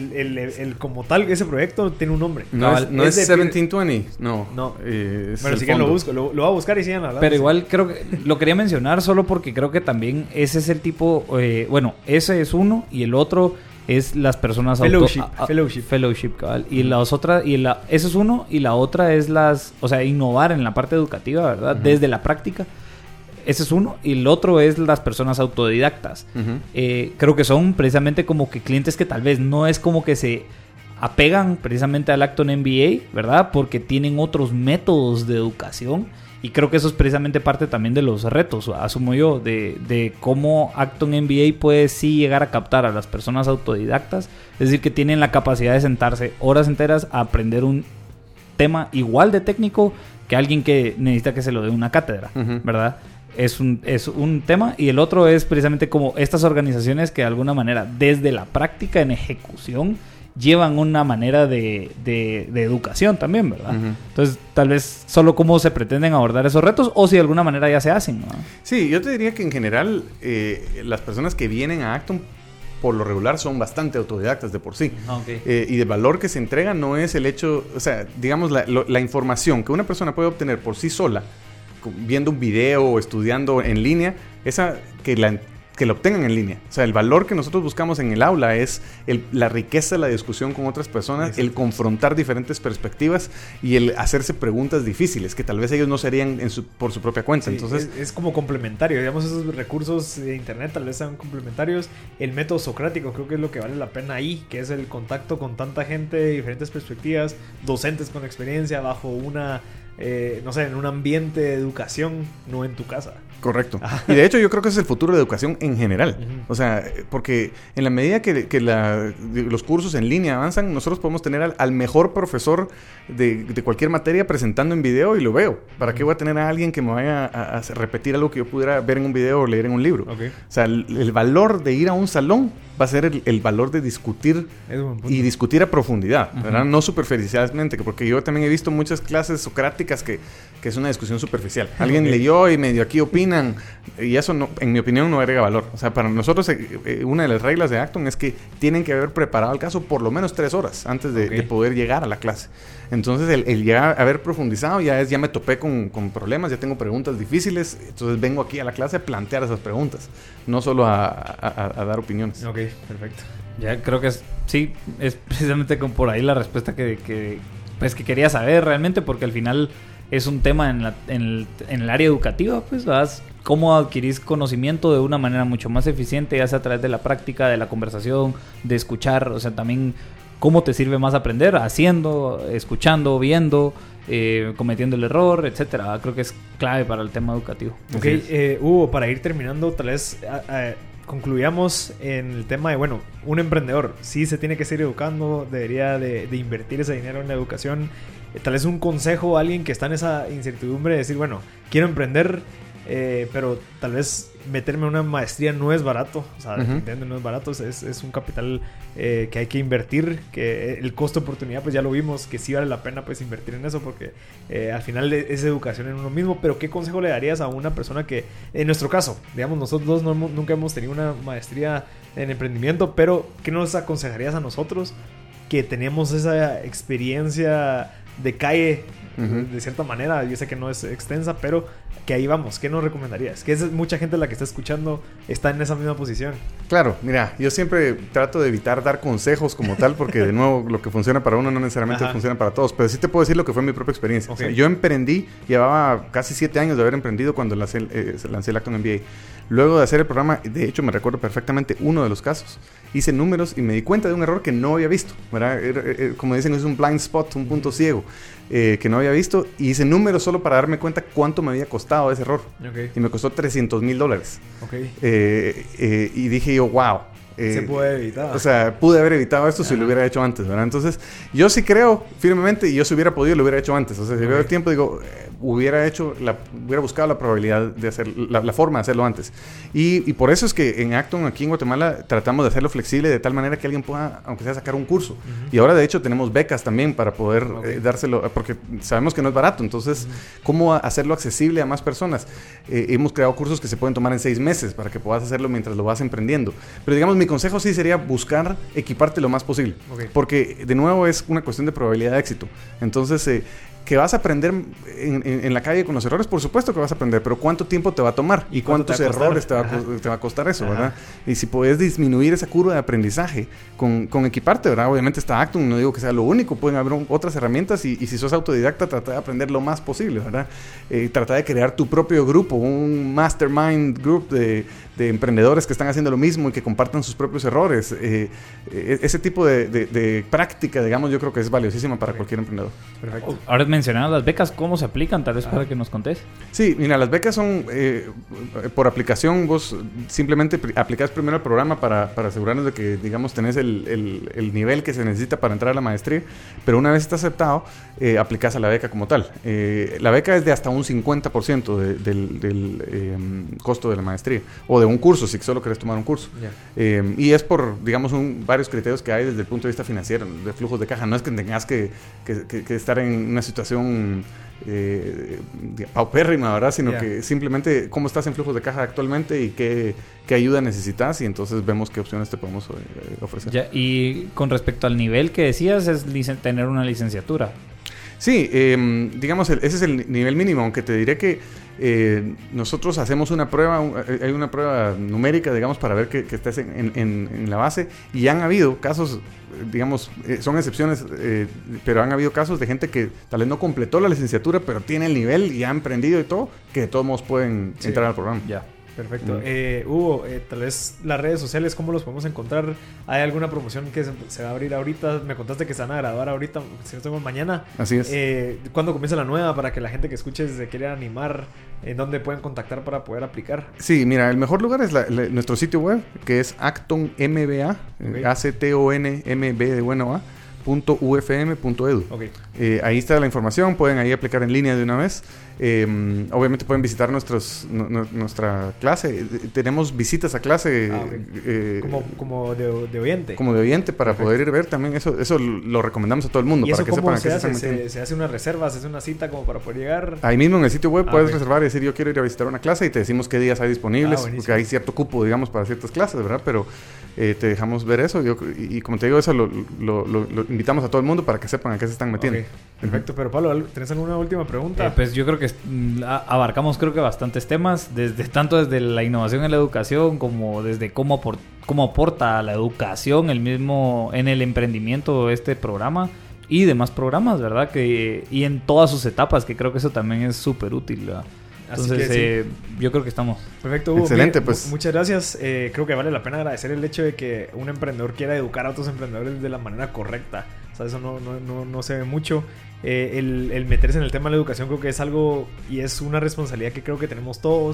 el como tal, ese proyecto tiene un nombre. No es 1720. No. Bueno, si quieren lo busco. Lo voy a buscar y sigan hablando. Pero igual creo que lo quería mencionar solo porque creo que también ese es el tipo... ese es uno y el otro es las personas... Fellowship, cabal. Y las otras... Ese es uno y la otra es innovar en la parte educativa, ¿verdad? Uh-huh. Desde la práctica. Ese es uno. Y el otro es las personas autodidactas. Uh-huh. Creo que son precisamente como que clientes que tal vez no es como que se apegan precisamente al Acton MBA, ¿verdad? Porque tienen otros métodos de educación. Y creo que eso es precisamente parte también de los retos, asumo yo, de cómo Acton MBA puede sí llegar a captar a las personas autodidactas. Es decir, que tienen la capacidad de sentarse horas enteras a aprender un tema igual de técnico que alguien que necesita que se lo dé una cátedra, uh-huh. ¿verdad? Es un tema. Y el otro es precisamente como estas organizaciones que de alguna manera desde la práctica en ejecución llevan una manera de educación también, ¿verdad? Uh-huh. Entonces tal vez solo cómo se pretenden abordar esos retos o si de alguna manera ya se hacen, ¿no? Sí, yo te diría que en general las personas que vienen a Acton por lo regular son bastante autodidactas de por sí. Okay. Y el valor que se entrega no es el hecho, o sea, digamos la información que una persona puede obtener por sí sola viendo un video o estudiando en línea, esa que la obtengan en línea. O sea, el valor que nosotros buscamos en el aula es la riqueza de la discusión con otras personas, exacto. El confrontar diferentes perspectivas y el hacerse preguntas difíciles que tal vez ellos no serían por su propia cuenta. Sí, entonces es como complementario. Digamos, esos recursos de internet tal vez sean complementarios. El método socrático creo que es lo que vale la pena ahí, que es el contacto con tanta gente de diferentes perspectivas, docentes con experiencia bajo en un ambiente de educación, no en tu casa. Correcto. Y de hecho yo creo que ese es el futuro de la educación en general. Uh-huh. O sea, porque en la medida que los cursos en línea avanzan, nosotros podemos tener al mejor profesor de cualquier materia presentando en video y lo veo. ¿Para qué voy a tener a alguien que me vaya a repetir algo que yo pudiera ver en un video o leer en un libro? Okay. O sea, el valor de ir a un salón va a ser el valor de discutir y discutir a profundidad, ¿verdad? Uh-huh. No superficialmente, porque yo también he visto muchas clases socráticas que es una discusión superficial. Alguien leyó y medio aquí opinan y eso, no, en mi opinión, no agrega valor. O sea, para nosotros una de las reglas de Acton es que tienen que haber preparado el caso por lo menos 3 horas antes de poder llegar a la clase. Entonces, el ya haber profundizado ya me topé con problemas, ya tengo preguntas difíciles, entonces vengo aquí a la clase a plantear esas preguntas, no solo a dar opiniones. Ok, perfecto. Ya creo que sí, es precisamente por ahí la respuesta que quería saber realmente, porque al final es un tema en el área educativa, pues, ¿verdad? Cómo adquirís conocimiento de una manera mucho más eficiente, ya sea a través de la práctica, de la conversación, de escuchar, o sea, también cómo te sirve más aprender, haciendo, escuchando, viendo, cometiendo el error, etcétera. Creo que es clave para el tema educativo. Ok, Hugo, para ir terminando, tal vez concluyamos en el tema de, bueno, un emprendedor sí se tiene que seguir educando, debería de invertir ese dinero en la educación. tal vez un consejo a alguien que está en esa incertidumbre de decir, bueno, quiero emprender, pero tal vez meterme en una maestría no es barato, o sea, definitivamente no es barato, es un capital que hay que invertir, que el costo de oportunidad pues ya lo vimos, que sí vale la pena pues invertir en eso, porque al final es educación en uno mismo. Pero ¿qué consejo le darías a una persona que, en nuestro caso, digamos, nosotros dos nunca hemos tenido una maestría en emprendimiento, pero qué nos aconsejarías a nosotros que tenemos esa experiencia de calle, de cierta manera? Yo sé que no es extensa, pero que ahí vamos. ¿Qué nos recomendarías? Que es mucha gente la que está escuchando está en esa misma posición. Claro, mira, yo siempre trato de evitar dar consejos como tal, porque de nuevo lo que funciona para uno no necesariamente funciona para todos, pero sí te puedo decir lo que fue mi propia experiencia. Okay. O sea, yo emprendí, llevaba casi 7 años de haber emprendido cuando lancé el Acton MBA. Luego de hacer el programa, de hecho me recuerdo perfectamente uno de los casos, hice números y me di cuenta de un error que no había visto, ¿verdad? Como dicen, es un blind spot, un punto ciego que no había visto, y hice números solo para darme cuenta cuánto me había costado ese error. Okay. Y me costó $300,000. Okay. Y dije yo, wow. Se puede evitar. O sea, pude haber evitado esto si lo hubiera hecho antes, ¿verdad? Entonces, yo sí creo firmemente, y yo si hubiera podido, lo hubiera hecho antes. O sea, si hubiera tiempo, digo, hubiera buscado la probabilidad de hacer, la forma de hacerlo antes. Y por eso es que en Acton, aquí en Guatemala, tratamos de hacerlo flexible de tal manera que alguien pueda, aunque sea, sacar un curso. Y ahora, de hecho, tenemos becas también para poder dárselo, porque sabemos que no es barato. Entonces, ¿cómo hacerlo accesible a más personas? Hemos creado cursos que se pueden tomar en 6 meses para que puedas hacerlo mientras lo vas emprendiendo. Pero digamos, mi consejo sí sería buscar equiparte lo más posible. Porque, de nuevo, es una cuestión de probabilidad de éxito. Entonces, que vas a aprender en la calle con los errores, por supuesto que vas a aprender, pero ¿cuánto tiempo te va a tomar? ¿Y cuántos errores te va a costar eso, verdad? Y si puedes disminuir esa curva de aprendizaje con equiparte, ¿verdad? Obviamente está Acton, no digo que sea lo único, pueden haber otras herramientas y si sos autodidacta, trata de aprender lo más posible, ¿verdad? Trata de crear tu propio grupo, un mastermind group de emprendedores que están haciendo lo mismo y que compartan sus propios errores. Ese tipo de práctica, digamos, yo creo que es valiosísima para cualquier emprendedor. Perfecto. Ahora mencionaban las becas, ¿cómo se aplican? Tal vez para que nos contés. Sí, mira, las becas son por aplicación. Vos simplemente aplicás primero el programa para asegurarnos de que, digamos, tenés el nivel que se necesita para entrar a la maestría, pero una vez está aceptado, aplicás a la beca como tal. La beca es de hasta un 50% del costo de la maestría, o de un curso, si solo querés tomar un curso. Y es por, digamos, varios criterios que hay desde el punto de vista financiero, de flujos de caja. No es que tengas que estar en una situación paupérrima, ¿verdad? Sino que simplemente cómo estás en flujos de caja actualmente y qué ayuda necesitas, y entonces vemos qué opciones te podemos ofrecer. Ya, y con respecto al nivel que decías, es tener una licenciatura. Sí, digamos, ese es el nivel mínimo, aunque te diré que nosotros hacemos una prueba, hay una prueba numérica, digamos, para ver que estés en la base, y han habido casos, digamos, son excepciones, pero han habido casos de gente que tal vez no completó la licenciatura, pero tiene el nivel y ha emprendido y todo, que de todos modos pueden entrar al programa. Ya. Perfecto. Hugo, tal vez las redes sociales, ¿cómo los podemos encontrar? ¿Hay alguna promoción que se va a abrir ahorita? Me contaste que se van a graduar ahorita, si no tengo mañana. Así es. ¿Cuándo comienza la nueva? Para que la gente que escuche se quiera animar, ¿en dónde pueden contactar para poder aplicar? Sí, mira, el mejor lugar es nuestro sitio web, que es Acton MBA, ACTONMB de bueno A. .ufm.edu. Ahí está la información, pueden ahí aplicar en línea de una vez. Obviamente pueden visitar nuestra clase. Tenemos visitas a clase como de oyente. Como de oyente para poder ir a ver también. Eso lo recomendamos a todo el mundo. ¿Y para eso que cómo sepan se hace? ¿Se hace una reserva? ¿Se hace una cita como para poder llegar? Ahí mismo en el sitio web puedes reservar y decir yo quiero ir a visitar una clase, y te decimos qué días hay disponibles, porque hay cierto cupo, digamos, para ciertas clases, ¿verdad? Pero te dejamos ver eso, y como te digo, eso lo invitamos a todo el mundo para que sepan a qué se están metiendo. Perfecto, pero Pablo, ¿tenés alguna última pregunta? Pues yo creo que abarcamos bastantes temas, tanto desde la innovación en la educación, como desde cómo aporta a la educación en el emprendimiento este programa y demás programas, ¿verdad? Y en todas sus etapas, que creo que eso también es súper útil, ¿verdad? Entonces, yo creo que estamos. Perfecto, Hugo. Excelente, pues. Muchas gracias. Creo que vale la pena agradecer el hecho de que un emprendedor quiera educar a otros emprendedores de la manera correcta. O sea, eso no se ve mucho. El meterse en el tema de la educación creo que es algo y es una responsabilidad que creo que tenemos todos.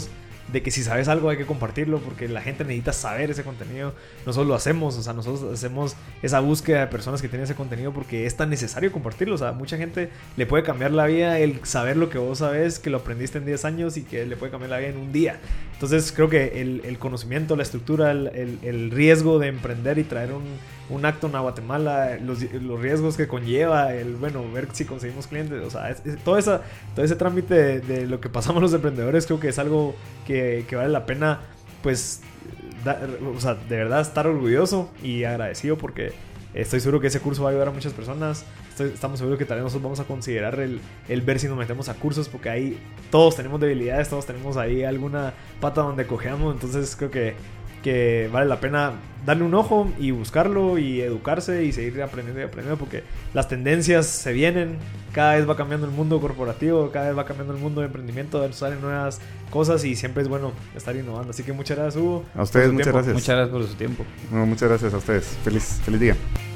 de que si sabes algo hay que compartirlo porque la gente necesita saber ese contenido. Nosotros lo hacemos, o sea, nosotros hacemos esa búsqueda de personas que tienen ese contenido porque es tan necesario compartirlo. O sea, mucha gente le puede cambiar la vida el saber lo que vos sabes, que lo aprendiste en 10 años y que le puede cambiar la vida en un día. Entonces creo que el conocimiento, la estructura, el riesgo de emprender y traer un acto a Guatemala, los riesgos que conlleva, ver si conseguimos clientes, o sea, todo ese trámite de lo que pasamos los emprendedores, creo que es algo que vale la pena, pues, o sea, de verdad estar orgulloso y agradecido porque estoy seguro que ese curso va a ayudar a muchas personas. Estamos seguros que también nosotros vamos a considerar el ver si nos metemos a cursos, porque ahí todos tenemos debilidades, todos tenemos ahí alguna pata donde cojeamos, entonces creo que vale la pena darle un ojo y buscarlo y educarse y seguir aprendiendo porque las tendencias se vienen, cada vez va cambiando el mundo corporativo, cada vez va cambiando el mundo de emprendimiento, salen nuevas cosas y siempre es bueno estar innovando. Así que muchas gracias, Hugo. A ustedes muchas gracias. Muchas gracias por su tiempo. No, muchas gracias a ustedes. Feliz día.